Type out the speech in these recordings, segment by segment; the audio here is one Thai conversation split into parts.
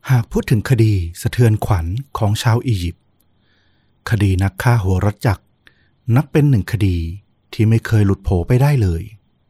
หากพูดถึงคดีสะเทือนขวัญของชาวอียิปต์คดีนักฆ่าหัวรถจักรนับเป็นหนึ่งคดีที่ไม่เคยหลุดโผไปได้เลย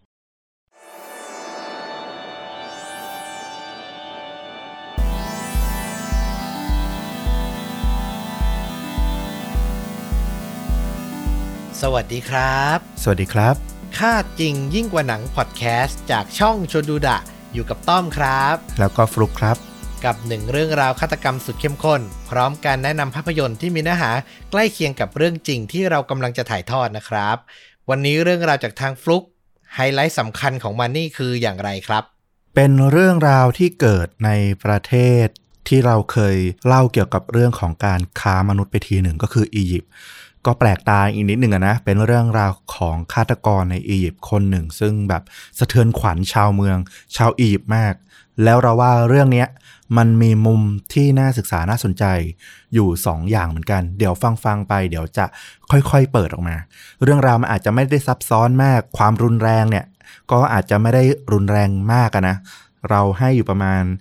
สวัสดีครับสวัสดีครับค่าจริงยิ่งกว่าหนังพอดแคสต์จากช่องชวนดูดะอยู่กับต้อมครับแล้วก็ฟลุ๊กครับกับหนึ่งเรื่องราวฆาตกรรมสุดเข้มข้นพร้อมการแนะนำภาพยนตร์ที่มีเนื้อหาใกล้เคียงกับเรื่องจริงที่เรากำลังจะถ่ายทอดนะครับวันนี้เรื่องราวจากทางฟลุ๊กไฮไลท์สำคัญของมันนี่คืออย่างไรครับเป็นเรื่องราวที่เกิดในประเทศที่เราเคยเล่าเกี่ยวกับเรื่องของการค้ามนุษย์ไปทีหนึ่งก็คืออียิปต์ก็แปลกตาอีกนิดหนึ่งนะเป็นเรื่องราวของฆาตกรในอียิปต์คนหนึ่งซึ่งแบบสะเทือนขวัญชาวเมืองชาวอียิปต์มากแล้วเราว่าเรื่องนี้มันมีมุมที่น่าศึกษาน่าสนใจอยู่2 อย่างเหมือนกันเดี๋ยวฟังไปเดี๋ยวจะค่อยๆเปิดออกมาเรื่องราวมันอาจจะไม่ได้ซับซ้อนมากความรุนแรงเนี่ยก็อาจจะไม่ได้รุนแรงมากนะเราให้อยู่ประมาณ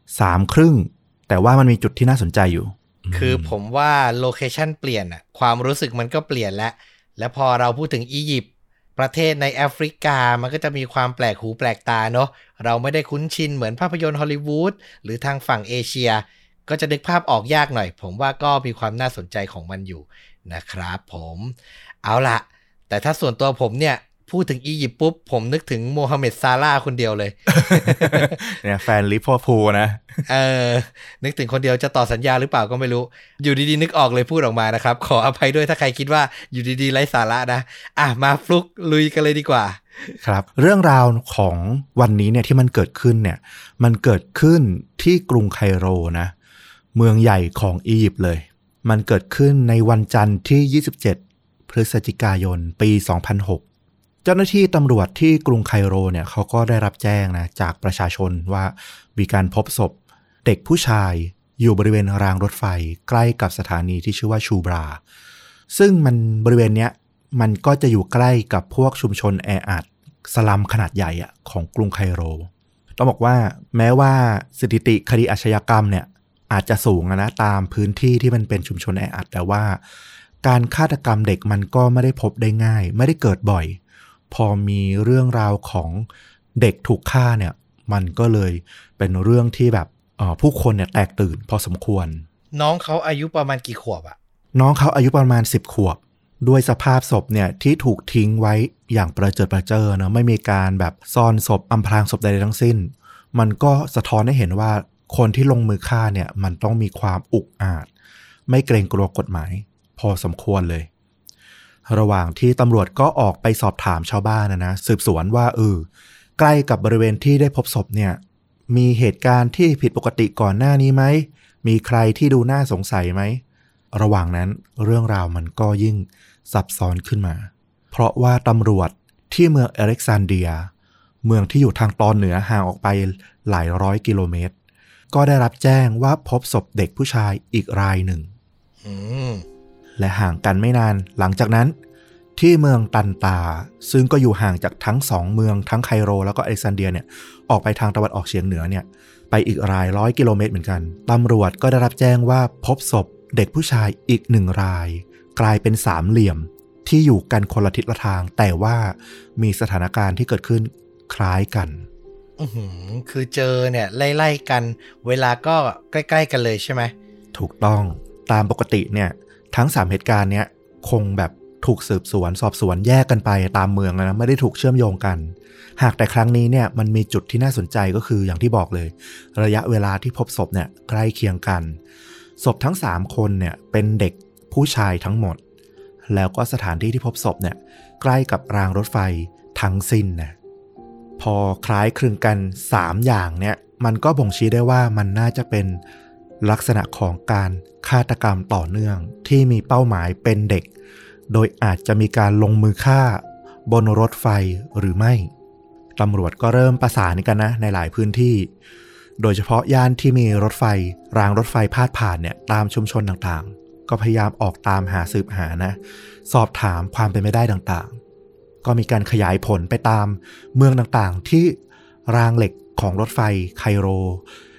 3/3แต่ว่ามันมีจุดที่น่าสนใจอยู่คือผมว่าโลเคชั่นเปลี่ยนอะความรู้สึกมันก็เปลี่ยนแล้วพอเราพูดถึงอียิปต์ประเทศในแอฟริกามันก็จะมีความแปลกหูแปลกตาเนาะเราไม่ได้คุ้นชินเหมือนภาพยนตร์ฮอลลีวูดหรือทางฝั่งเอเชียก็จะนึกภาพออกยากหน่อยผมว่าก็มีความน่าสนใจของมันอยู่นะครับผมเอาล่ะแต่ถ้าส่วนตัวผมเนี่ยพูดถึงอียิปต์ปุ๊บผมนึกถึงโมฮัมเหม็ดซาลาห์คนเดียวเลยเนี่ยแฟนลิเวอร์พูลนะนึกถึงคนเดียวจะต่อสัญญาหรือเปล่าก็ไม่รู้อยู่ดีๆนึกออกเลยพูดออกมานะครับขออภัยด้วยถ้าใครคิดว่าอยู่ดีๆไร้สาระนะมาฟลุกลุยกันเลยดีกว่าครับเรื่องราวของวันนี้เนี่ยที่มันเกิดขึ้นเนี่ยมันเกิดขึ้นที่กรุงไคโรนะเมืองใหญ่ของอียิปต์เลยมันเกิดขึ้นในวันจันทร์ที่27 พฤศจิกายนปี 2006เจ้าหน้าที่ตำรวจที่กรุงไคโรเนี่ยเขาก็ได้รับแจ้งนะจากประชาชนว่ามีการพบศพเด็กผู้ชายอยู่บริเวณรางรถไฟใกล้กับสถานีที่ชื่อว่าชูบราซึ่งมันบริเวณเนี้ยมันก็จะอยู่ใกล้กับพวกชุมชนแออัดสลัมขนาดใหญ่ของกรุงไคโรต้องบอกว่าแม้ว่าสถิติคดีอาชญากรรมเนี่ยอาจจะสูงนะตามพื้นที่ที่มันเป็นชุมชนแออัดแต่ว่าการฆาตกรรมเด็กมันก็ไม่ได้พบได้ง่ายไม่ได้เกิดบ่อยพอมีเรื่องราวของเด็กถูกฆ่าเนี่ยมันก็เลยเป็นเรื่องที่แบบผู้คนเนี่ยแตกตื่นพอสมควรน้องเขาอายุประมาณกี่ขวบน้องเขาอายุประมาณ10 ขวบด้วยสภาพศพเนี่ยที่ถูกทิ้งไว้อย่างประเจิดประเจิอเนาะไม่มีการแบบซ่อนศพอำพรางศพใดๆทั้งสิ้นมันก็สะท้อนให้เห็นว่าคนที่ลงมือฆ่าเนี่ยมันต้องมีความอุกอาจไม่เกรงกลัวกฎหมายพอสมควรเลยระหว่างที่ตำรวจก็ออกไปสอบถามชาวบ้านนะสืบสวนว่าใกล้กับบริเวณที่ได้พบศพเนี่ยมีเหตุการณ์ที่ผิดปกติก่อนหน้านี้ไหมมีใครที่ดูน่าสงสัยไหมระหว่างนั้นเรื่องราวมันก็ยิ่งซับซ้อนขึ้นมาเพราะว่าตำรวจที่เมืองอเล็กซานเดรียเมืองที่อยู่ทางตอนเหนือห่างออกไปหลายร้อยกิโลเมตรก็ได้รับแจ้งว่าพบศพเด็กผู้ชายอีกรายหนึ่งและห่างกันไม่นานหลังจากนั้นที่เมืองตันตาซึ่งก็อยู่ห่างจากทั้ง2 เมืองทั้งไคโรแล้วก็อเล็กซานเดรียเนี่ยออกไปทางตะวันออกเฉียงเหนือเนี่ยไปอีกราย100 กิโลเมตรเหมือนกันตำรวจก็ได้รับแจ้งว่าพบศพเด็กผู้ชายอีก1 รายกลายเป็น3 เหลี่ยมที่อยู่กันคนละทิศละทางแต่ว่ามีสถานการณ์ที่เกิดขึ้นคล้ายกันคือเจอเนี่ยไล่ๆกันเวลาก็ใกล้ๆกันเลยใช่ไหมถูกต้องตามปกติเนี่ยทั้ง3เหตุการณ์เนี้ยคงแบบถูกสืบสวนสอบสวนแยกกันไปตามเมืองนะไม่ได้ถูกเชื่อมโยงกันหากแต่ครั้งนี้เนี่ยมันมีจุดที่น่าสนใจก็คืออย่างที่บอกเลยระยะเวลาที่พบศพเนี่ยใกล้เคียงกันศพทั้ง3 คนเนี่ยเป็นเด็กผู้ชายทั้งหมดแล้วก็สถานที่ที่พบศพเนี่ยใกล้กับรางรถไฟทั้งสิ้นนะพอคล้ายคลึงกัน3 อย่างเนี่ยมันก็บ่งชี้ได้ว่ามันน่าจะเป็นลักษณะของการฆาตกรรมต่อเนื่องที่มีเป้าหมายเป็นเด็กโดยอาจจะมีการลงมือฆ่าบนรถไฟหรือไม่ตำรวจก็เริ่มประสานกันนะในหลายพื้นที่โดยเฉพาะย่านที่มีรถไฟรางรถไฟพาดผ่านเนี่ยตามชุมชนต่างๆก็พยายามออกตามหาสืบหานะสอบถามความเป็นไปได้ต่างๆก็มีการขยายผลไปตามเมืองต่างๆที่รางเหล็กของรถไฟไคโร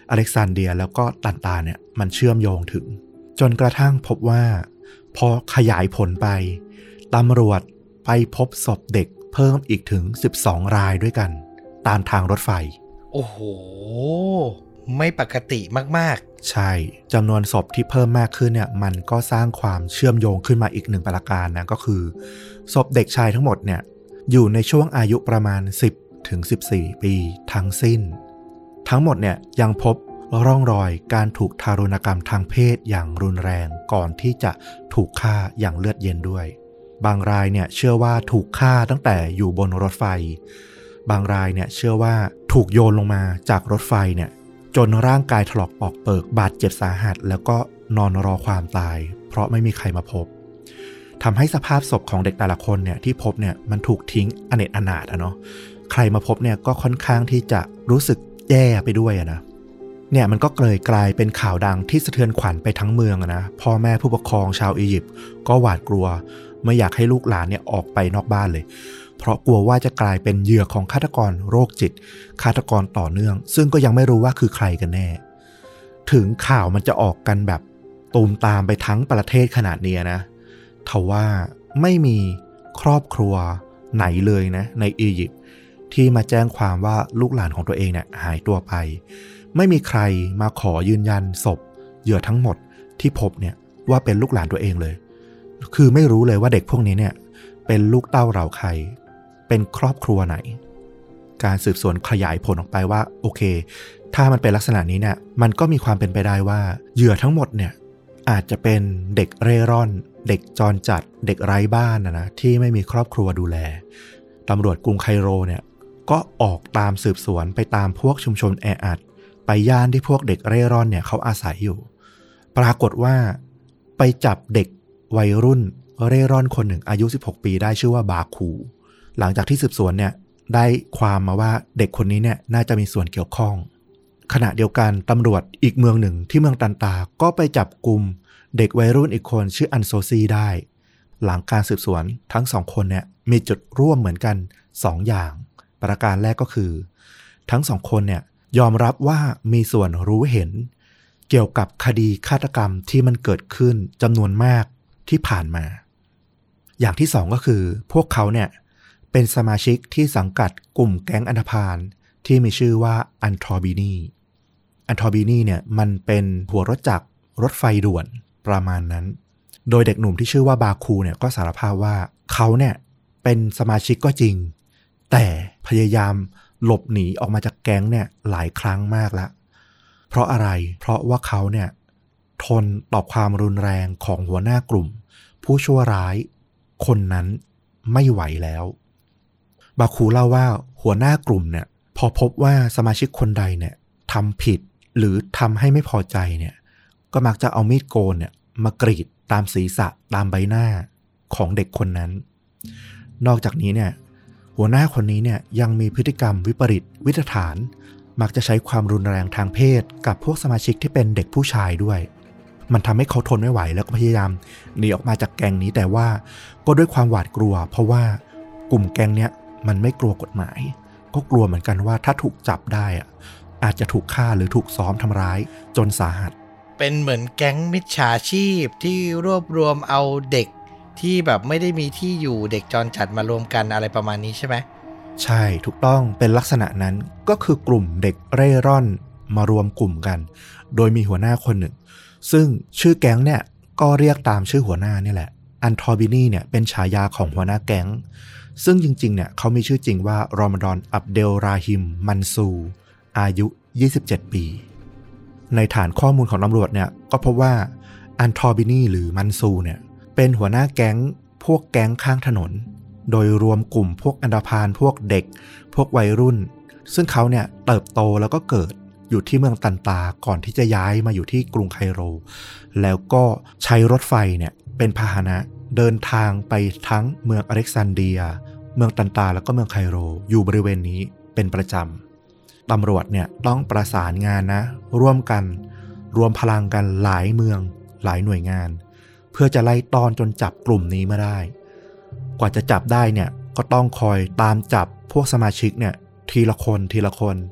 อเล็กซานเดรียแล้วก็ตันตาเนี่ยมันเชื่อมโยงถึงจนกระทั่งพบว่าพอขยายผลไปตำรวจไปพบศพเด็กเพิ่มอีกถึง12รายด้วยกันตามทางรถไฟโอ้โหไม่ปกติมากๆใช่จำนวนศพที่เพิ่มมากขึ้นเนี่ยมันก็สร้างความเชื่อมโยงขึ้นมาอีกหนึ่งประการนะก็คือศพเด็กชายทั้งหมดเนี่ยอยู่ในช่วงอายุประมาณ10ถึง14ปีทั้งสิ้นทั้งหมดเนี่ยยังพบร่องรอยการถูกทารุณกรรมทางเพศอย่างรุนแรงก่อนที่จะถูกฆ่าอย่างเลือดเย็นด้วยบางรายเนี่ยเชื่อว่าถูกฆ่าตั้งแต่อยู่บนรถไฟบางรายเนี่ยเชื่อว่าถูกโยนลงมาจากรถไฟเนี่ยจนร่างกายถลอกปอกเปิกบาดเจ็บสาหัสแล้วก็นอนรอความตายเพราะไม่มีใครมาพบทำให้สภาพศพของเด็กแต่ละคนเนี่ยที่พบเนี่ยมันถูกทิ้งอเนจอนาถเนาะใครมาพบเนี่ยก็ค่อนข้างที่จะรู้สึกแย่ไปด้วยนะเนี่ยมันก็เลยกลายเป็นข่าวดังที่สะเทือนขวัญไปทั้งเมืองนะพ่อแม่ผู้ปกครองชาวอียิปต์ก็หวาดกลัวไม่อยากให้ลูกหลานเนี่ยออกไปนอกบ้านเลยเพราะกลัวว่าจะกลายเป็นเหยื่อของฆาตกรโรคจิตฆาตกรต่อเนื่องซึ่งก็ยังไม่รู้ว่าคือใครกันแน่ถึงข่าวมันจะออกกันแบบตูมตามไปทั้งประเทศขนาดนี้นะทว่าไม่มีครอบครัวไหนเลยนะในอียิปต์ที่มาแจ้งความว่าลูกหลานของตัวเองเนี่ยหายตัวไปไม่มีใครมาขอยืนยันศพเหยื่อทั้งหมดที่พบเนี่ยว่าเป็นลูกหลานตัวเองเลยคือไม่รู้เลยว่าเด็กพวกนี้เนี่ยเป็นลูกเต้าเราใครเป็นครอบครัวไหนการสืบสวนขยายผลออกไปว่าโอเคถ้ามันเป็นลักษณะนี้เนี่ยมันก็มีความเป็นไปได้ว่าเหยื่อทั้งหมดเนี่ยอาจจะเป็นเด็กเร่ร่อนเด็กจรจัดเด็กไร้บ้านนะที่ไม่มีครอบครัวดูแลตำรวจกรุงไคโรเนี่ยก็ออกตามสืบสวนไปตามพวกชุมชนแออัดไปย่านที่พวกเด็กเร่ร่อนเนี่ยเขาอาศัยอยู่ปรากฏว่าไปจับเด็กวัยรุ่นเร่ร่อนคนหนึ่งอายุ16ปีได้ชื่อว่าบาคูหลังจากที่สืบสวนเนี่ยได้ความมาว่าเด็กคนนี้เนี่ยน่าจะมีส่วนเกี่ยวข้องขณะเดียวกันตำรวจอีกเมืองหนึ่งที่เมืองตันตาก็ไปจับกุมเด็กวัยรุ่นอีกคนชื่ออันโซซีได้หลังการสืบสวนทั้งสองคนเนี่ยมีจุดร่วมเหมือนกัน2อย่างประการแรกก็คือทั้งสองคนเนี่ยยอมรับว่ามีส่วนรู้เห็นเกี่ยวกับคดีฆาตกรรมที่มันเกิดขึ้นจำนวนมากที่ผ่านมาอย่างที่2ก็คือพวกเขาเนี่ยเป็นสมาชิกที่สังกัดกลุ่มแก๊งอันธพาลที่มีชื่อว่าอันทอร์บินีเนี่ยมันเป็นหัวรถจักรรถไฟด่วนประมาณนั้นโดยเด็กหนุ่มที่ชื่อว่าบาคูเนี่ยก็สารภาพว่าเขาเนี่ยเป็นสมาชิกก็จริงแต่พยายามหลบหนีออกมาจากแก๊งเนี่ยหลายครั้งมากแล้วเพราะอะไรเพราะว่าเขาเนี่ยทนต่อความรุนแรงของหัวหน้ากลุ่มผู้ชั่วร้ายคนนั้นไม่ไหวแล้วบาคูเล่าว่าหัวหน้ากลุ่มเนี่ยพอพบว่าสมาชิกคนใดเนี่ยทำผิดหรือทำให้ไม่พอใจเนี่ยก็มักจะเอามีดโกนเนี่ยมากรีดตามศีรษะตามใบหน้าของเด็กคนนั้นนอกจากนี้เนี่ยหัวหน้าคนนี้เนี่ยยังมีพฤติกรรมวิปริตวิตฐานมักจะใช้ความรุนแรงทางเพศกับพวกสมาชิกที่เป็นเด็กผู้ชายด้วยมันทำให้เขาทนไม่ไหวแล้วก็พยายามหนีออกมาจากแก๊งนี้แต่ว่าก็ด้วยความหวาดกลัวเพราะว่ากลุ่มแก๊งเนี้ยมันไม่กลัวกฎหมายก็กลัวเหมือนกันว่าถ้าถูกจับได้อาจจะถูกฆ่าหรือถูกซ้อมทำร้ายจนสาหัสเป็นเหมือนแก๊งมิจฉาชีพที่รวบรวมเอาเด็กที่แบบไม่ได้มีที่อยู่เด็กจรจัดมารวมกันอะไรประมาณนี้ใช่ไหมใช่ถูกต้องเป็นลักษณะนั้นก็คือกลุ่มเด็กเร่ร่อนมารวมกลุ่มกันโดยมีหัวหน้าคนหนึ่งซึ่งชื่อแก๊งเนี่ยก็เรียกตามชื่อหัวหน้านี่แหละอันทอร์บินีเนี่ยเป็นฉายาของหัวหน้าแก๊งซึ่งจริงๆเนี่ยเขามีชื่อจริงว่ารอมฎอนอับเดลราฮิมมันซูอายุ27ปีในฐานข้อมูลของตำรวจเนี่ยก็พบว่าอันทอร์บินีหรือมันซูเนี่ยเป็นหัวหน้าแก๊งพวกแก๊งข้างถนนโดยรวมกลุ่มพวกอันธพาลพวกเด็กพวกวัยรุ่นซึ่งเขาเนี่ยเติบโตแล้วก็เกิดอยู่ที่เมืองตันตาก่อนที่จะย้ายมาอยู่ที่กรุงไคโรแล้วก็ใช้รถไฟเนี่ยเป็นพาหนะเดินทางไปทั้งเมืองอเล็กซานเดรียเมืองตันตาแล้วก็เมืองไคโรอยู่บริเวณนี้เป็นประจำตำรวจเนี่ยต้องประสานงานนะร่วมกันรวมพลังกันหลายเมืองหลายหน่วยงานเพื่อจะไล่ต้อนจนจับกลุ่มนี้มาได้กว่าจะจับได้เนี่ยก็ต้องคอยตามจับพวกสมาชิกเนี่ยทีละคน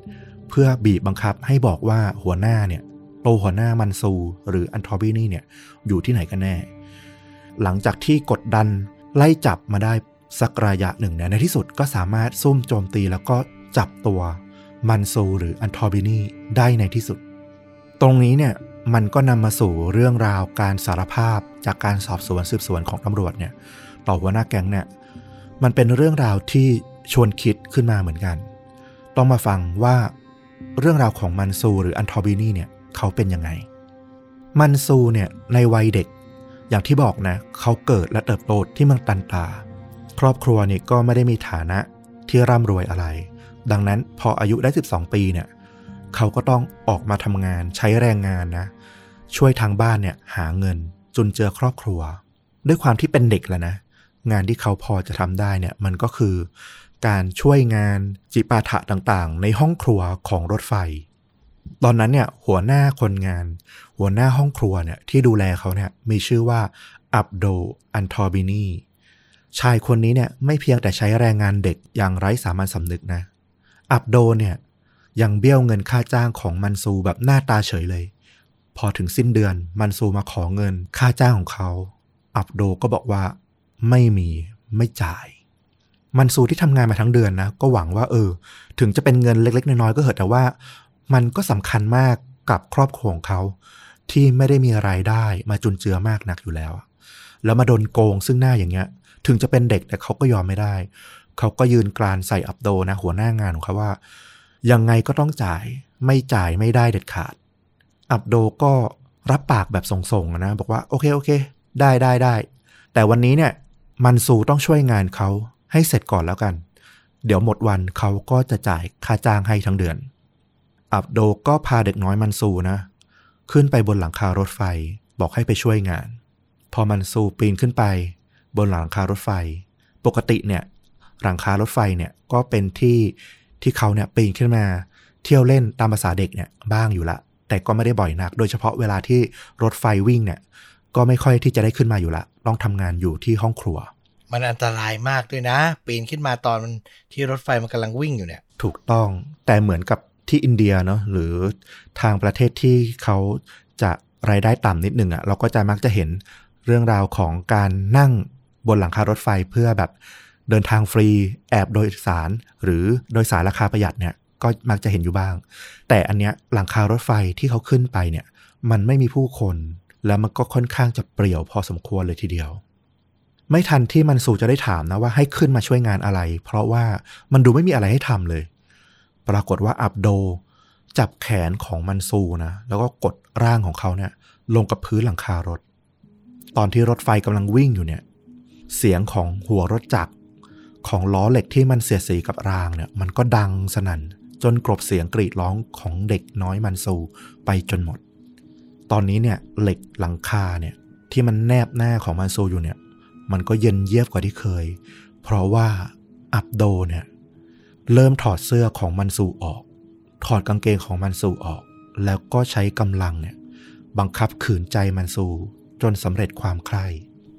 เพื่อบีบบังคับให้บอกว่าหัวหน้าเนี่ยตัวหัวหน้ามันซูหรืออันทอบินีเนี่ยอยู่ที่ไหนกันแน่หลังจากที่กดดันไล่จับมาได้สักระยะหนึ่งเนี่ยในที่สุดก็สามารถซุ่มโจมตีแล้วก็จับตัวมันซูหรืออันทอบินีได้ในที่สุดตรงนี้เนี่ยมันก็นำมาสู่เรื่องราวการสารภาพจากการสอบสวนสืบสวนของตำรวจเนี่ยต่อหัวหน้าแก๊งเนี่ยมันเป็นเรื่องราวที่ชวนคิดขึ้นมาเหมือนกันต้องมาฟังว่าเรื่องราวของมันซูหรืออันทอบินีเนี่ยเขาเป็นยังไงมันซูเนี่ยในวัยเด็กอย่างที่บอกนะเขาเกิดและเติบโตที่เมืองตันตาครอบครัวเนี่ยก็ไม่ได้มีฐานะที่ร่ำรวยอะไรดังนั้นพออายุได้12 ปีเนี่ยเขาก็ต้องออกมาทำงานใช้แรงงานนะช่วยทางบ้านเนี่ยหาเงินจุนเจือครอบครัวด้วยความที่เป็นเด็กแล้วนะงานที่เขาพอจะทำได้เนี่ยมันก็คือการช่วยงานจิปาถะต่างๆในห้องครัวของรถไฟตอนนั้นเนี่ยหัวหน้าคนงานหัวหน้าห้องครัวเนี่ยที่ดูแลเขาเนี่ยมีชื่อว่าอับโดอันทอบินีชายคนนี้เนี่ยไม่เพียงแต่ใช้แรงงานเด็กอย่างไร้สามัญสำนึกนะอับโดเนี่ยยังเบี้ยวเงินค่าจ้างของมันซูแบบหน้าตาเฉยเลยพอถึงสิ้นเดือนมันซูมาขอเงินค่าจ้างของเขาอับโดก็บอกว่าไม่มีไม่จ่ายมันซูที่ทำงานมาทั้งเดือนนะก็หวังว่าถึงจะเป็นเงินเล็กๆน้อยๆก็เหอะแต่ว่ามันก็สำคัญมากกับครอบครัวของเขาที่ไม่ได้มีรายได้มาจุนเจือมากนักอยู่แล้วแล้วมาโดนโกงซึ่งหน้าอย่างเงี้ยถึงจะเป็นเด็กแต่เขาก็ยอมไม่ได้เขาก็ยืนกรานใส่อับโดนะหัวหน้างานของเขาว่ายังไงก็ต้องจ่ายไม่จ่ายไม่ได้เด็ดขาดอับโดก็รับปากแบบส่งๆนะบอกว่าโอเคได้แต่วันนี้เนี่ยมันซูต้องช่วยงานเขาให้เสร็จก่อนแล้วกันเดี๋ยวหมดวันเขาก็จะจ่ายค่าจ้างให้ทั้งเดือนอับโดก็พาเด็กน้อยมันซูนะขึ้นไปบนหลังคารถไฟบอกให้ไปช่วยงานพอมันซูปีนขึ้นไปบนหลังคารถไฟปกติเนี่ยหลังคารถไฟเนี่ยก็เป็นที่เขาเนี่ยปีนขึ้นมาเที่ยวเล่นตามภาษาเด็กเนี่ยบ้างอยู่ละแต่ก็ไม่ได้บ่อยนักโดยเฉพาะเวลาที่รถไฟวิ่งเนี่ยก็ไม่ค่อยที่จะได้ขึ้นมาอยู่ละต้องทำงานอยู่ที่ห้องครัวมันอันตรายมากด้วยนะปีนขึ้นมาตอนที่รถไฟมันกำลังวิ่งอยู่เนี่ยถูกต้องแต่เหมือนกับที่อินเดียเนาะหรือทางประเทศที่เขาจะรายได้ต่ำนิดนึงเราก็จะมักจะเห็นเรื่องราวของการนั่งบนหลังคารถไฟเพื่อแบบเดินทางฟรีแอบโดยสารหรือโดยสารราคาประหยัดเนี่ยก็มักจะเห็นอยู่บ้างแต่อันเนี้ยหลังคารถไฟที่เขาขึ้นไปเนี่ยมันไม่มีผู้คนแล้วมันก็ค่อนข้างจะเปรี่ยวพอสมควรเลยทีเดียวไม่ทันที่มันซูจะได้ถามนะว่าให้ขึ้นมาช่วยงานอะไรเพราะว่ามันดูไม่มีอะไรให้ทำเลยปรากฏว่าอับโดจับแขนของมันซูนะแล้วก็กดร่างของเขาเนี่ยลงกับพื้นหลังคารถตอนที่รถไฟกำลังวิ่งอยู่เนี่ยเสียงของหัวรถจักรของล้อเหล็กที่มันเสียดสีกับรางเนี่ยมันก็ดังสนั่นจนกลบเสียงกรีดร้องของเด็กน้อยมันซูไปจนหมดตอนนี้เนี่ยเหล็กหลังคาเนี่ยที่มันแนบหน้าของมันซูอยู่เนี่ยมันก็เย็นเยียบกว่าที่เคยเพราะว่าอับโดเนี่ยเริ่มถอดเสื้อของมันซูออกถอดกางเกงของมันซูออกแล้วก็ใช้กำลังเนี่ยบังคับขืนใจมันซูจนสำเร็จความใคร่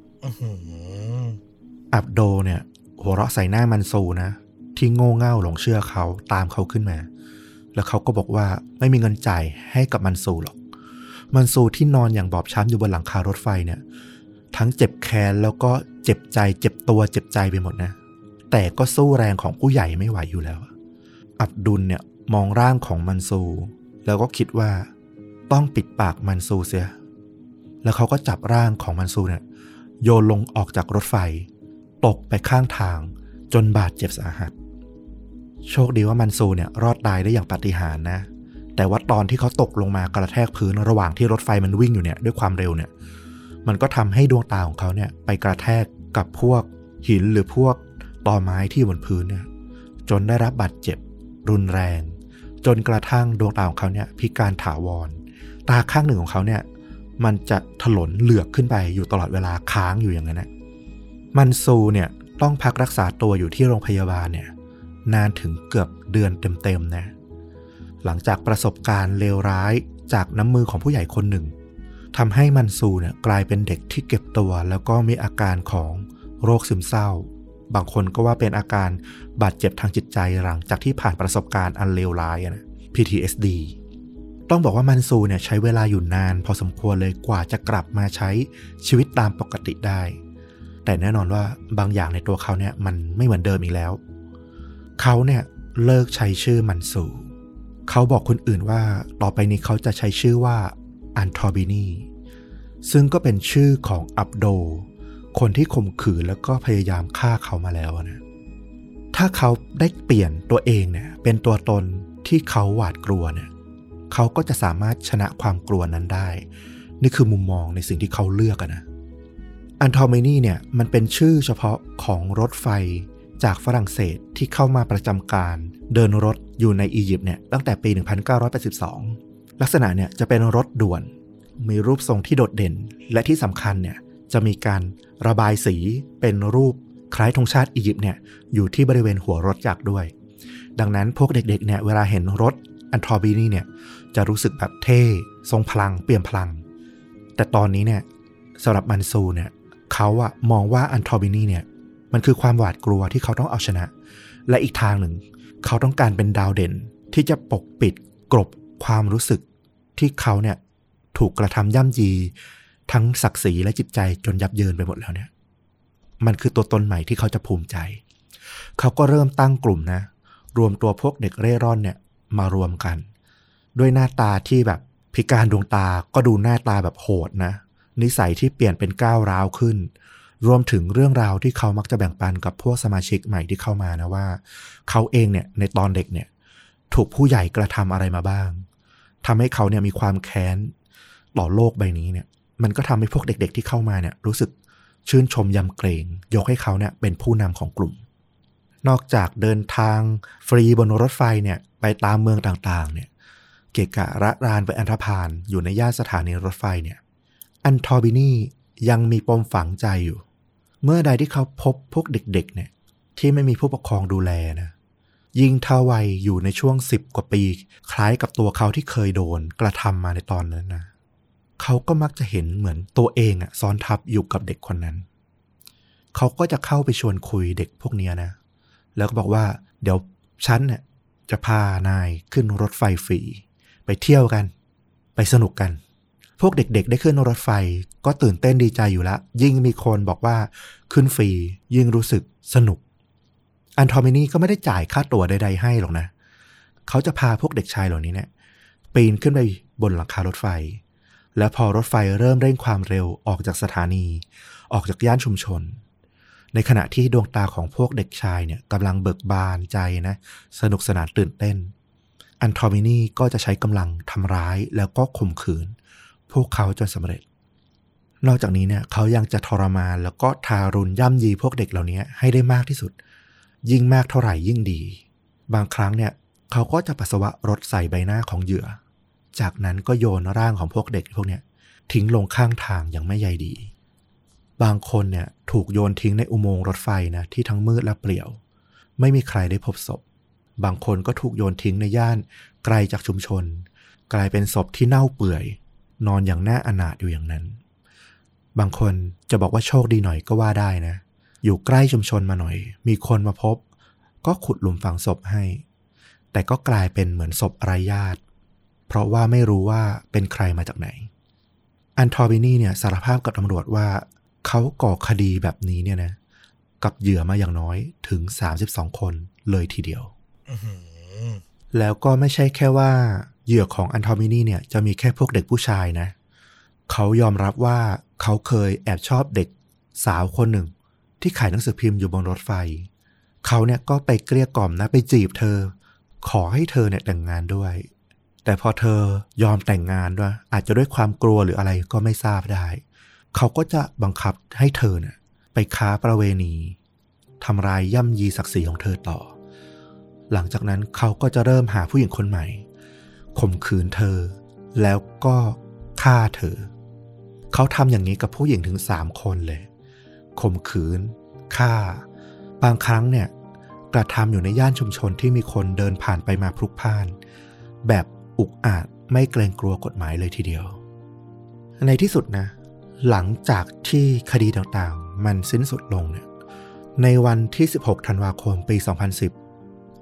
อับโดเนี่ยหัวเราะใส่หน้ามันซูนะที่โง่เง่าหลงเชื่อเขาตามเขาขึ้นมาแล้วเขาก็บอกว่าไม่มีเงินจ่ายให้กับมันซูหรอกมันซูที่นอนอย่างบอบช้ำอยู่บนหลังคารถไฟเนี่ยทั้งเจ็บแค้นแล้วก็เจ็บใจเจ็บตัวเจ็บใจไปหมดนะแต่ก็สู้แรงของผู้ใหญ่ไม่ไหวอยู่แล้วอับดุลเนี่ยมองร่างของมันซูแล้วก็คิดว่าต้องปิดปากมันซูเสียแล้วเขาก็จับร่างของมันซูเนี่ยโยนลงออกจากรถไฟตกไปข้างทางจนบาดเจ็บสาหัสโชคดีว่ามันซูเนี่ยรอดตายได้อย่างปาฏิหาริย์นะแต่ว่าตอนที่เขาตกลงมากระแทกพื้นระหว่างที่รถไฟมันวิ่งอยู่เนี่ยด้วยความเร็วเนี่ยมันก็ทำให้ดวงตาของเขาเนี่ยไปกระแทกกับพวกหินหรือพวกตอไม้ที่บนพื้นเนี่ยจนได้รับบาดเจ็บรุนแรงจนกระทั่งดวงตาของเขาเนี่ยพิการถาวรตาข้างหนึ่งของเขาเนี่ยมันจะถลนเหลือกขึ้นไปอยู่ตลอดเวลาค้างอยู่อย่างนั้นนะมันซูเนี่ยต้องพักรักษาตัวอยู่ที่โรงพยาบาลเนี่ยนานถึงเกือบเดือนเต็มๆนะหลังจากประสบการณ์เลวร้ายจากน้ำมือของผู้ใหญ่คนหนึ่งทำให้มันซูเนี่ยกลายเป็นเด็กที่เก็บตัวแล้วก็มีอาการของโรคซึมเศร้าบางคนก็ว่าเป็นอาการบาดเจ็บทางจิตใจหลังจากที่ผ่านประสบการณ์อันเลวร้ายนะ PTSD ต้องบอกว่ามันซูเนี่ยใช้เวลาอยู่นานพอสมควรเลยกว่าจะกลับมาใช้ชีวิตตามปกติได้แต่แน่นอนว่าบางอย่างในตัวเขาเนี่ยมันไม่เหมือนเดิมอีกแล้วเขาเนี่ยเลิกใช้ชื่อมันซูเขาบอกคนอื่นว่าต่อไปนี้เขาจะใช้ชื่อว่าอันทอบินีซึ่งก็เป็นชื่อของอับโดคนที่ข่มขืนแล้วก็พยายามฆ่าเขามาแล้วนะถ้าเขาได้เปลี่ยนตัวเองเนี่ยเป็นตัวตนที่เขาหวาดกลัวเนี่ยเขาก็จะสามารถชนะความกลัวนั้นได้นี่คือมุมมองในสิ่งที่เขาเลือกนะอันทอมินีเนี่ยมันเป็นชื่อเฉพาะของรถไฟจากฝรั่งเศสที่เข้ามาประจำการเดินรถอยู่ในอียิปต์เนี่ยตั้งแต่ปี 1982 ลักษณะเนี่ยจะเป็นรถด่วนมีรูปทรงที่โดดเด่นและที่สำคัญเนี่ยจะมีการระบายสีเป็นรูปคล้ายธงชาติอียิปต์เนี่ยอยู่ที่บริเวณหัวรถจักรด้วยดังนั้นพวกเด็กๆเนี่ยเวลาเห็นรถอันทอบินีเนี่ยจะรู้สึกแบบเท่ทรงพลังเปี่ยมพลังแต่ตอนนี้เนี่ยสำหรับมันซูเนี่ยเขาอะมองว่าอันทอบินีเนี่ยมันคือความหวาดกลัวที่เขาต้องเอาชนะและอีกทางหนึ่งเขาต้องการเป็นดาวเด่นที่จะปกปิดกลบความรู้สึกที่เขาเนี่ยถูกกระทำย่ำยีทั้งศักดิ์ศรีและจิตใจจนยับเยินไปหมดแล้วเนี่ยมันคือตัวตนใหม่ที่เขาจะภูมิใจเขาก็เริ่มตั้งกลุ่มนะรวมตัวพวกเด็กเร่ร่อนเนี่ยมารวมกันด้วยหน้าตาที่แบบพิการดวงตาก็ดูหน้าตาแบบโหดนะนิสัยที่เปลี่ยนเป็นก้าวร้าวขึ้นรวมถึงเรื่องราวที่เขามักจะแบ่งปันกับพวกสมาชิกใหม่ที่เข้ามานะว่าเขาเองเนี่ยในตอนเด็กเนี่ยถูกผู้ใหญ่กระทำอะไรมาบ้างทำให้เขาเนี่ยมีความแค้นต่อโลกใบนี้เนี่ยมันก็ทำให้พวกเด็กๆที่เข้ามาเนี่ยรู้สึกชื่นชมยำเกรงยกให้เขาเนี่ยเป็นผู้นำของกลุ่มนอกจากเดินทางฟรีบนรถไฟเนี่ยไปตามเมืองต่างๆเนี่ยเกะกะระรานไปอันธพาลอยู่ในย่านสถานีรถไฟเนี่ยอันทอบินียังมีปมฝังใจอยู่เมื่อใดที่เขาพบพวกเด็กๆเนี่ยที่ไม่มีผู้ปกครองดูแลนะยิ่งเท่าวัยอยู่ในช่วง10 กว่าปีคล้ายกับตัวเขาที่เคยโดนกระทำมาในตอนนั้นนะเขาก็มักจะเห็นเหมือนตัวเองซ้อนทับอยู่กับเด็กคนนั้นเขาก็จะเข้าไปชวนคุยเด็กพวกนี้นะแล้วก็บอกว่าเดี๋ยวฉันเนี่ยจะพานายขึ้นรถไฟฟรีไปเที่ยวกันไปสนุกกันพวกเด็กๆได้ขึ้นรถไฟก็ตื่นเต้นดีใจอยู่แล้วยิ่งมีคนบอกว่าขึ้นฟรียิ่งรู้สึกสนุกอันทอมินีก็ไม่ได้จ่ายค่าตั๋วใดๆให้หรอกนะเขาจะพาพวกเด็กชายเหล่านี้เนี่ยปีนขึ้นไปบนหลังคารถไฟแล้วพอรถไฟเริ่มเร่งความเร็วออกจากสถานีออกจากย่านชุมชนในขณะที่ดวงตาของพวกเด็กชายเนี่ยกำลังเบิกบานใจนะสนุกสนานตื่นเต้นอันทอมินีก็จะใช้กำลังทำร้ายแล้วก็ข่มขืนพวกเขาจนสำเร็จนอกจากนี้เนี่ยเขายังจะทรมานแล้วก็ทารุณย่ำยีพวกเด็กเหล่านี้ให้ได้มากที่สุดยิ่งมากเท่าไหร่ยิ่งดีบางครั้งเนี่ยเขาก็จะปัสสาวะรดใส่ใบหน้าของเหยื่อจากนั้นก็โยนร่างของพวกเด็กพวกเนี้ยทิ้งลงข้างทางอย่างไม่ใยดีบางคนเนี่ยถูกโยนทิ้งในอุโมงค์รถไฟนะที่ทั้งมืดและเปลี่ยวไม่มีใครได้พบศพบางคนก็ถูกโยนทิ้งในย่านไกลจากชุมชนกลายเป็นศพที่เน่าเปื่อยนอนอย่างน่าอนาถอยู่อย่างนั้นบางคนจะบอกว่าโชคดีหน่อยก็ว่าได้นะอยู่ใกล้ชุมชนมาหน่อยมีคนมาพบก็ขุดหลุมฝังศพให้แต่ก็กลายเป็นเหมือนศพไร้ญาติเพราะว่าไม่รู้ว่าเป็นใครมาจากไหนอันทอบินีเนี่ยสารภาพกับตำรวจว่าเขาก่อคดีแบบนี้เนี่ยนะกับเหยื่อมาอย่างน้อยถึง32 คนเลยทีเดียวแล้วก็ไม่ใช่แค่ว่าเหยื่อของอันทอมินีเนี่ยจะมีแค่พวกเด็กผู้ชายนะเขายอมรับว่าเขาเคยแอบชอบเด็กสาวคนหนึ่งที่ขายหนังสือพิมพ์อยู่บนรถไฟเขาเนี่ยก็ไปเกลี้ยกล่อมนะไปจีบเธอขอให้เธอเนี่ยแต่งงานด้วยแต่พอเธอยอมแต่งงานด้วยอาจจะด้วยความกลัวหรืออะไรก็ไม่ทราบได้เขาก็จะบังคับให้เธอเนี่ยไปค้าประเวณีทำลายย่ำยีศักดิ์ศรีของเธอต่อหลังจากนั้นเขาก็จะเริ่มหาผู้หญิงคนใหม่ข่มขืนเธอแล้วก็ฆ่าเธอเขาทำอย่างนี้กับผู้หญิงถึง3 คนเลยข่มขืนฆ่าบางครั้งเนี่ยกระทำอยู่ในย่านชุมชนที่มีคนเดินผ่านไปมาพลุกพล่านแบบอุกอาจไม่เกรงกลัวกฎหมายเลยทีเดียวในที่สุดนะหลังจากที่คดีต่างๆมันสิ้นสุดลงเนี่ยในวันที่16 ธันวาคมปี 2010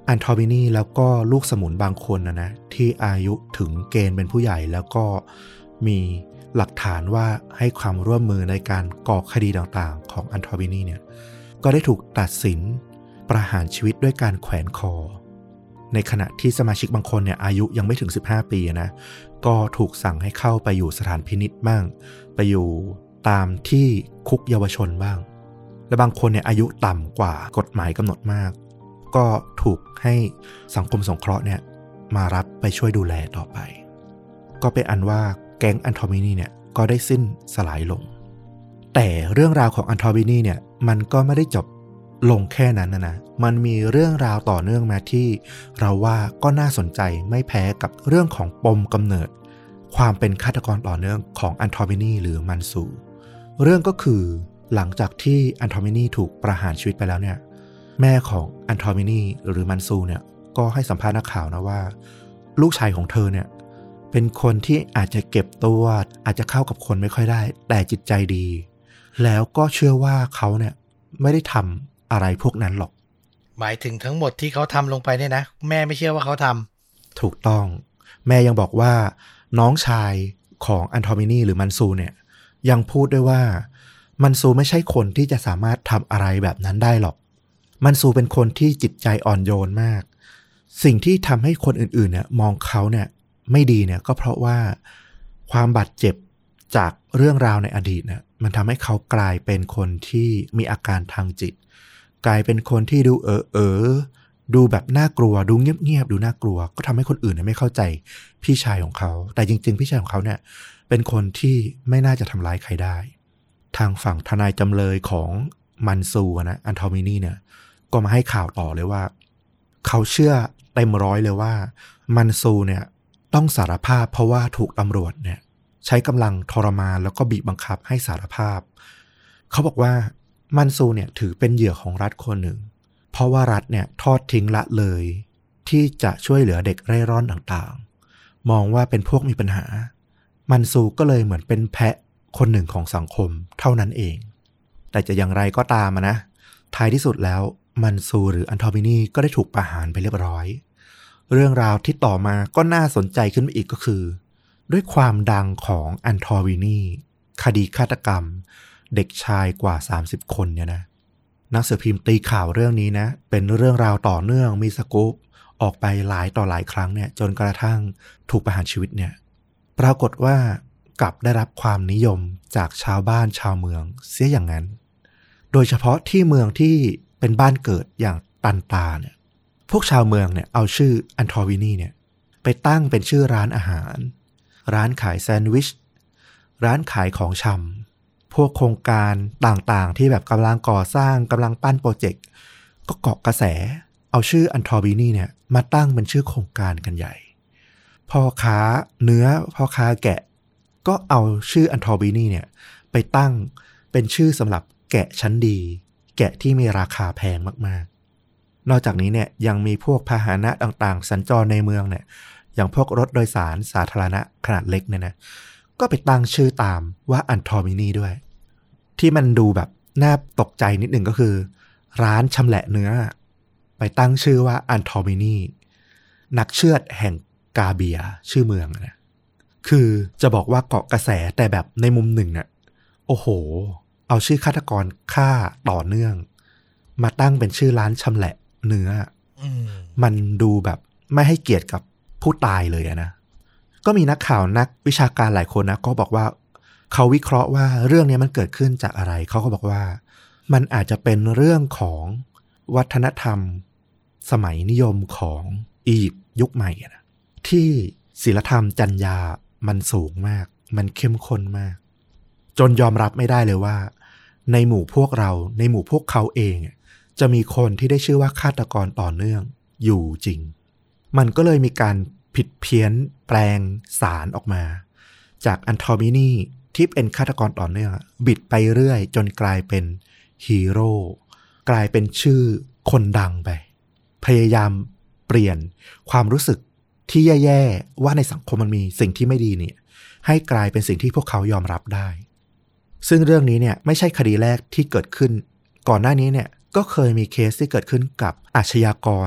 อันโทมินีแล้วก็ลูกสมุนบางคนนะที่อายุถึงเกณฑ์เป็นผู้ใหญ่แล้วก็มีหลักฐานว่าให้ความร่วมมือในการก่อคดีต่างๆของอันโทมินีเนี่ยก็ได้ถูกตัดสินประหารชีวิตด้วยการแขวนคอในขณะที่สมาชิกบางคนเนี่ยอายุยังไม่ถึง15ปีนะก็ถูกสั่งให้เข้าไปอยู่สถานพินิจบ้างไปอยู่ตามที่คุกเยาวชนบ้างและบางคนเนี่ยอายุต่ำกว่ากฎหมายกำหนดมากก็ถูกให้สังคมสงเคราะห์เนี่ยมารับไปช่วยดูแลต่อไปก็เป็นอันว่าแก๊งอันโทมินีเนี่ยก็ได้สิ้นสลายลงแต่เรื่องราวของอันโทมินีเนี่ยมันก็ไม่ได้จบลงแค่นั้นนะมันมีเรื่องราวต่อเนื่องมาที่เราว่าก็น่าสนใจไม่แพ้กับเรื่องของปมกำเนิดความเป็นฆาตกรต่อเนื่องของอันโทมินีหรือมันซูเรื่องก็คือหลังจากที่อันโทมินีถูกประหารชีวิตไปแล้วเนี่ยแม่ของอันโทมินีหรือมันซูเนี่ยก็ให้สัมภาษณ์นักข่าวนะว่าลูกชายของเธอเนี่ยเป็นคนที่อาจจะเก็บตัวอาจจะเข้ากับคนไม่ค่อยได้แต่จิตใจดีแล้วก็เชื่อว่าเขาเนี่ยไม่ได้ทำอะไรพวกนั้นหรอกหมายถึงทั้งหมดที่เขาทำลงไปเนี่ยนะแม่ไม่เชื่อว่าเขาทำถูกต้องแม่ยังบอกว่าน้องชายของอันโทมินีหรือมันซูเนี่ยยังพูดด้วยว่ามันซูไม่ใช่คนที่จะสามารถทำอะไรแบบนั้นได้หรอกมันซูเป็นคนที่จิตใจอ่อนโยนมากสิ่งที่ทำให้คนอื่นๆเนี่ยมองเขาเนี่ยไม่ดีเนี่ยก็เพราะว่าความบาดเจ็บจากเรื่องราวในอดีตเนี่ยมันทำให้เขากลายเป็นคนที่มีอาการทางจิตกลายเป็นคนที่ดูดูแบบน่ากลัวดูเงียบๆดูน่ากลัวก็ทำให้คนอื่นไม่เข้าใจพี่ชายของเขาแต่จริงๆพี่ชายของเขาเนี่ยเป็นคนที่ไม่น่าจะทำร้ายใครได้ทางฝั่งทนายจำเลยของมันซูนะอันโทมินีเนี่ยก็มาให้ข่าวต่อเลยว่าเขาเชื่อเต็มร้อยเลยว่ามันซูเนี่ยต้องสารภาพเพราะว่าถูกตำรวจเนี่ยใช้กำลังทรมานแล้วก็บีบบังคับให้สารภาพเขาบอกว่ามันซูเนี่ยถือเป็นเหยื่อของรัฐคนหนึ่งเพราะว่ารัฐเนี่ยทอดทิ้งละเลยที่จะช่วยเหลือเด็กเร่ร่อนต่างๆมองว่าเป็นพวกมีปัญหามันซูก็เลยเหมือนเป็นแพะคนหนึ่งของสังคมเท่านั้นเองแต่จะอย่างไรก็ตามนะท้ายที่สุดแล้วมันซูหรืออันโทมินีก็ได้ถูกประหารไปเรียบร้อยเรื่องราวที่ต่อมาก็น่าสนใจขึ้นมาอีกก็คือด้วยความดังของอันโทมินีคดีฆาตกรรมเด็กชายกว่า30คนเนี่ยนะหนังสือพิมพ์ตีข่าวเรื่องนี้นะเป็นเรื่องราวต่อเนื่องมีสกู๊ปออกไปหลายต่อหลายครั้งเนี่ยจนกระทั่งถูกประหารชีวิตเนี่ยปรากฏว่ากลับได้รับความนิยมจากชาวบ้านชาวเมืองเสียอย่างนั้นโดยเฉพาะที่เมืองที่เป็นบ้านเกิดอย่างตันตาเนี่ยพวกชาวเมืองเนี่ยเอาชื่ออันโทมินีเนี่ยไปตั้งเป็นชื่อร้านอาหารร้านขายแซนด์วิชร้านขายของชำพวกโครงการต่างๆที่แบบกำลังก่อสร้างกำลังปั้นโปรเจกต์ก็เกาะกระแสเอาชื่ออันโทมินีเนี่ยมาตั้งเป็นชื่อโครงการกันใหญ่พ่อค้าเนื้อพ่อค้าแกะก็เอาชื่ออันโทมินีเนี่ยไปตั้งเป็นชื่อสำหรับแกะชั้นดีแกะที่มีราคาแพงมากๆนอกจากนี้เนี่ยยังมีพวกพาหนะต่างๆสัญจรในเมืองเนี่ยอย่างพวกรถโดยสารสาธารณะขนาดเล็กเนี่ยนะก็ไปตั้งชื่อตามว่าอันโทมินีด้วยที่มันดูแบบน่าตกใจนิดหนึ่งก็คือร้านชำแหละเนื้อไปตั้งชื่อว่าอันโทมินีนักเชือดแห่งกาเบียชื่อเมืองนะคือจะบอกว่าเกาะกระแสแต่แบบในมุมหนึ่งน่ะโอ้โหเอาชื่อฆาตกรฆ่าต่อเนื่องมาตั้งเป็นชื่อร้านชำแหละเนื้อมันดูแบบไม่ให้เกียรติกับผู้ตายเลยนะก็มีนักข่าวนักวิชาการหลายคนนะก็บอกว่าเขาวิเคราะห์ว่าเรื่องนี้มันเกิดขึ้นจากอะไรเขาก็บอกว่ามันอาจจะเป็นเรื่องของวัฒนธรรมสมัยนิยมของอียิปต์ยุคใหม่นะที่ศีลธรรมจรรยามันสูงมากมันเข้มข้นมากจนยอมรับไม่ได้เลยว่าในหมู่พวกเราในหมู่พวกเขาเองจะมีคนที่ได้ชื่อว่าฆาตกรต่อเนื่องอยู่จริงมันก็เลยมีการผิดเพี้ยนแปลงสารออกมาจากอันโทมินีที่เป็นฆาตกรต่อเนื่องบิดไปเรื่อยจนกลายเป็นฮีโร่กลายเป็นชื่อคนดังไปพยายามเปลี่ยนความรู้สึกที่แย่ๆว่าในสังคมมันมีสิ่งที่ไม่ดีเนี่ยให้กลายเป็นสิ่งที่พวกเขายอมรับได้ซึ่งเรื่องนี้เนี่ยไม่ใช่คดีแรกที่เกิดขึ้นก่อนหน้านี้เนี่ยก็เคยมีเคสที่เกิดขึ้นกับอาชญากร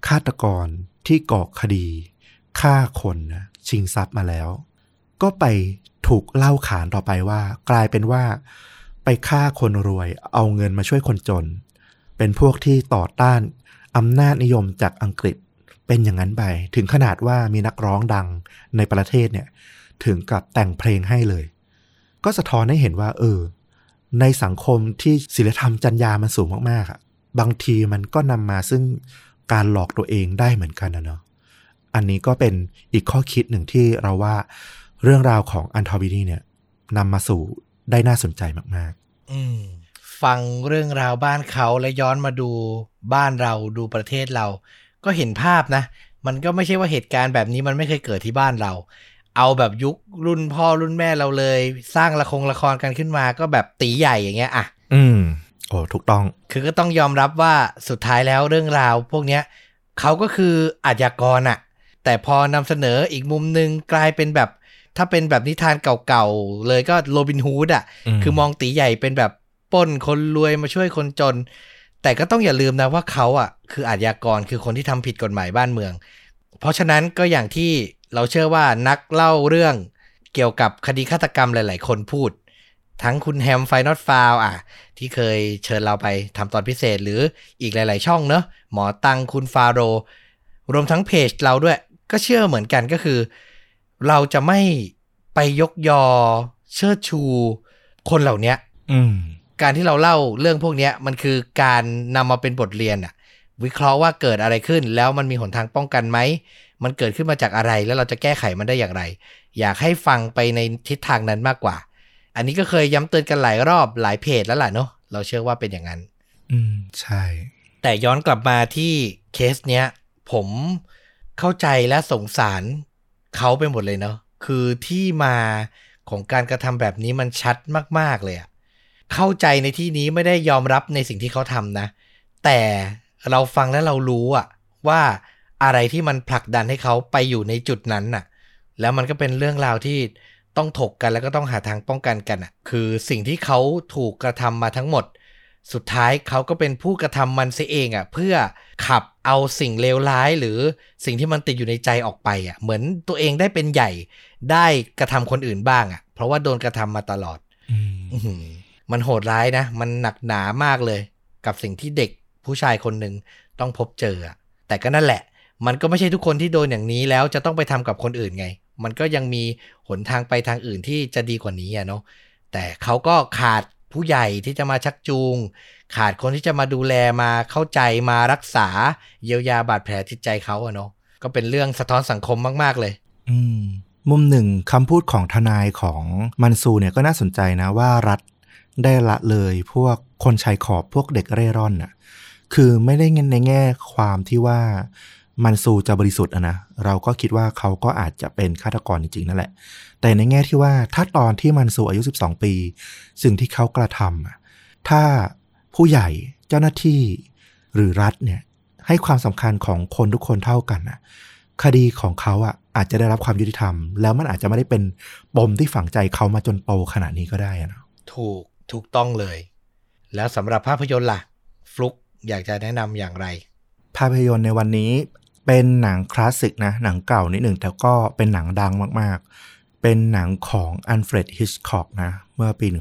ฆาตกรที่ก่อคดีฆ่าคนนะชิงทรัพย์มาแล้วก็ไปถูกเล่าขานต่อไปว่ากลายเป็นว่าไปฆ่าคนรวยเอาเงินมาช่วยคนจนเป็นพวกที่ต่อต้านอำนาจนิยมจากอังกฤษเป็นอย่างนั้นไปถึงขนาดว่ามีนักร้องดังในประเทศเนี่ยถึงกับแต่งเพลงให้เลยก็สะท้อนให้เห็นว่าในสังคมที่ศีลธรรมจรรยามันสูงมากๆอ่ะบางทีมันก็นำมาซึ่งการหลอกตัวเองได้เหมือนกันนะเนาะอันนี้ก็เป็นอีกข้อคิดหนึ่งที่เราว่าเรื่องราวของอันทอบินีเนี่ยนำมาสู่ได้น่าสนใจมากๆฟังเรื่องราวบ้านเขาและย้อนมาดูบ้านเราดูประเทศเราก็เห็นภาพนะมันก็ไม่ใช่ว่าเหตุการณ์แบบนี้มันไม่เคยเกิดที่บ้านเราเอาแบบยุครุ่นพ่อรุ่นแม่เราเลยสร้างละครกันขึ้นมาก็แบบตีใหญ่อย่างเงี้ยอ่ะถูกต้องคือก็ต้องยอมรับว่าสุดท้ายแล้วเรื่องราวพวกเนี้ยเขาก็คืออาชญากรอ่ะแต่พอนำเสนออีกมุมนึงกลายเป็นแบบถ้าเป็นแบบนิทานเก่าๆเลยก็โรบินฮูดอ่ะคือมองตีใหญ่เป็นแบบปล้นคนรวยมาช่วยคนจนแต่ก็ต้องอย่าลืมนะว่าเขาอ่ะคืออาชญากรคือคนที่ทำผิดกฎหมายบ้านเมืองเพราะฉะนั้นก็อย่างที่เราเชื่อว่านักเล่าเรื่องเกี่ยวกับคดีฆาตกรรมหลายๆคนพูดทั้งคุณแฮมไฟนอตฟาวที่เคยเชิญเราไปทำตอนพิเศษหรืออีกหลายๆช่องเนอะหมอตังคุณฟาโรรวมทั้งเพจเราด้วยก็เชื่อเหมือนกันก็คือเราจะไม่ไปยกยอเชิดชูคนเหล่านี้การที่เราเล่าเรื่องพวกนี้มันคือการนำมาเป็นบทเรียนวิเคราะห์ว่าเกิดอะไรขึ้นแล้วมันมีหนทางป้องกันไหมมันเกิดขึ้นมาจากอะไรแล้วเราจะแก้ไขมันได้อย่างไรอยากให้ฟังไปในทิศทางนั้นมากกว่าอันนี้ก็เคยย้ำเตือนกันหลายรอบหลายเพจแล้วล่ะเนาะเราเชื่อว่าเป็นอย่างนั้นใช่แต่ย้อนกลับมาที่เคสเนี้ยผมเข้าใจและสงสารเขาไปหมดเลยเนาะคือที่มาของการกระทำแบบนี้มันชัดมากๆเลยเข้าใจในที่นี้ไม่ได้ยอมรับในสิ่งที่เขาทำนะแต่เราฟังแล้วเรารู้ว่าอะไรที่มันผลักดันให้เขาไปอยู่ในจุดนั้นแล้วมันก็เป็นเรื่องราวที่ต้องถกกันแล้วก็ต้องหาทางป้องกันกันคือสิ่งที่เขาถูกกระทำมาทั้งหมดสุดท้ายเขาก็เป็นผู้กระทำมันเสียเองเพื่อขับเอาสิ่งเลวร้ายหรือสิ่งที่มันติดอยู่ในใจออกไปเหมือนตัวเองได้เป็นใหญ่ได้กระทำคนอื่นบ้างเพราะว่าโดนกระทำมาตลอดมันโหดร้ายนะมันหนักหนามากเลยกับสิ่งที่เด็กผู้ชายคนหนึ่งต้องพบเจอแต่ก็นั่นแหละมันก็ไม่ใช่ทุกคนที่โดนอย่างนี้แล้วจะต้องไปทำกับคนอื่นไงมันก็ยังมีหนทางไปทางอื่นที่จะดีกว่านี้เนาะแต่เขาก็ขาดผู้ใหญ่ที่จะมาชักจูงขาดคนที่จะมาดูแลมาเข้าใจมารักษาเยียวยาบาดแผลจิตใจเขาเนาะก็เป็นเรื่องสะท้อนสังคมมากๆเลยมุมหนึ่งคำพูดของทนายของมันซูเนี่ยก็น่าสนใจนะว่ารัฐได้ละเลยพวกคนชายขอบพวกเด็กเร่ร่อนคือไม่ได้ในแง่ความที่ว่ามันซูจะบริสุทธิ์นะเราก็คิดว่าเขาก็อาจจะเป็นฆาตกรจริงๆนั่นแหละแต่ในแง่ที่ว่าถ้าตอนที่มันซูอายุ12ปีสิ่งที่เขากระทำถ้าผู้ใหญ่เจ้าหน้าที่หรือรัฐเนี่ยให้ความสำคัญของคนทุกคนเท่ากันคดีของเขาอาจจะได้รับความยุติธรรมแล้วมันอาจจะไม่ได้เป็นปมที่ฝังใจเขามาจนโตขนาดนี้ก็ได้นะถูกต้องเลยแล้วสำหรับภาพยนตร์ล่ะฟลุกอยากจะแนะนำอย่างไรภาพยนตร์ในวันนี้เป็นหนังคลาสสิกนะหนังเก่านิดหนึ่งแต่ก็เป็นหนังดังมากๆเป็นหนังของอัลเฟรดฮิชคอกนะเมื่อปี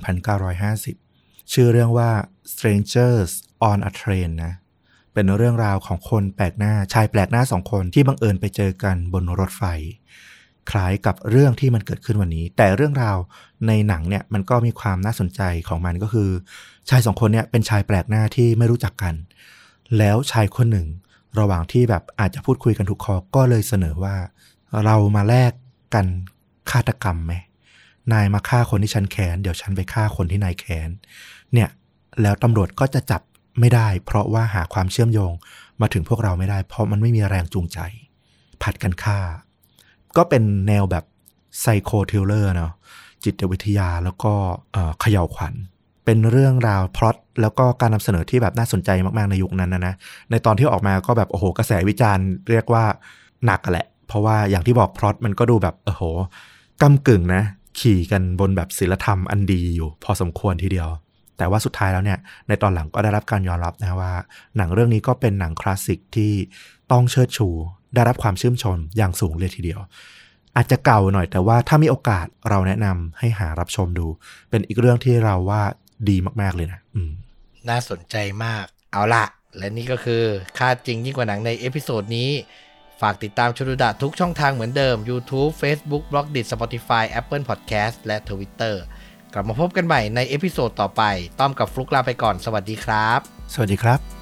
1950ชื่อเรื่องว่า Strangers on a Train นะเป็นเรื่องราวของคนแปลกหน้าชายแปลกหน้า2คนที่บังเอิญไปเจอกันบนรถไฟคล้ายกับเรื่องที่มันเกิดขึ้นวันนี้แต่เรื่องราวในหนังเนี่ยมันก็มีความน่าสนใจของมันก็คือชาย2คนเนี่ยเป็นชายแปลกหน้าที่ไม่รู้จักกันแล้วชายคนหนึ่งระหว่างที่แบบอาจจะพูดคุยกันถูกคอก็เลยเสนอว่าเรามาแลกกันฆาตกรรมไหมนายมาฆ่าคนที่ฉันแค้นเดี๋ยวฉันไปฆ่าคนที่นายแค้นเนี่ยแล้วตำรวจก็จะจับไม่ได้เพราะว่าหาความเชื่อมโยงมาถึงพวกเราไม่ได้เพราะมันไม่มีแรงจูงใจผัดกันฆ่าก็เป็นแนวแบบไซโคทริลเลอร์เนาะจิตวิทยาแล้วก็เขย่าวขวัญเป็นเรื่องราวพล็อตแล้วก็การนำเสนอที่แบบน่าสนใจมากๆในยุคนั้นนะในตอนที่ออกมาก็แบบโอ้โหกระแสวิจารณ์เรียกว่าหนักแหละเพราะว่าอย่างที่บอกพล็อตมันก็ดูแบบโอ้โหก้ำกึ่งนะขี่กันบนแบบศีลธรรมอันดีอยู่พอสมควรทีเดียวแต่ว่าสุดท้ายแล้วเนี่ยในตอนหลังก็ได้รับการยอมรับนะว่าหนังเรื่องนี้ก็เป็นหนังคลาสสิกที่ต้องเชิดชูได้รับความชื่นชมอย่างสูงเลยทีเดียวอาจจะเก่าหน่อยแต่ว่าถ้ามีโอกาสเราแนะนำให้หารับชมดูเป็นอีกเรื่องที่เราว่าดีมากๆเลยนะน่าสนใจมากเอาล่ะและนี่ก็คือค่าจริงยิ่งกว่าหนังในเอพิโซดนี้ฝากติดตามชลุดะทุกช่องทางเหมือนเดิม YouTube Facebook Blogdit Spotify Apple Podcast และ Twitter กลับมาพบกันใหม่ในเอพิโซดต่อไปต้อมกับฟลุกลาไปก่อนสวัสดีครับสวัสดีครับ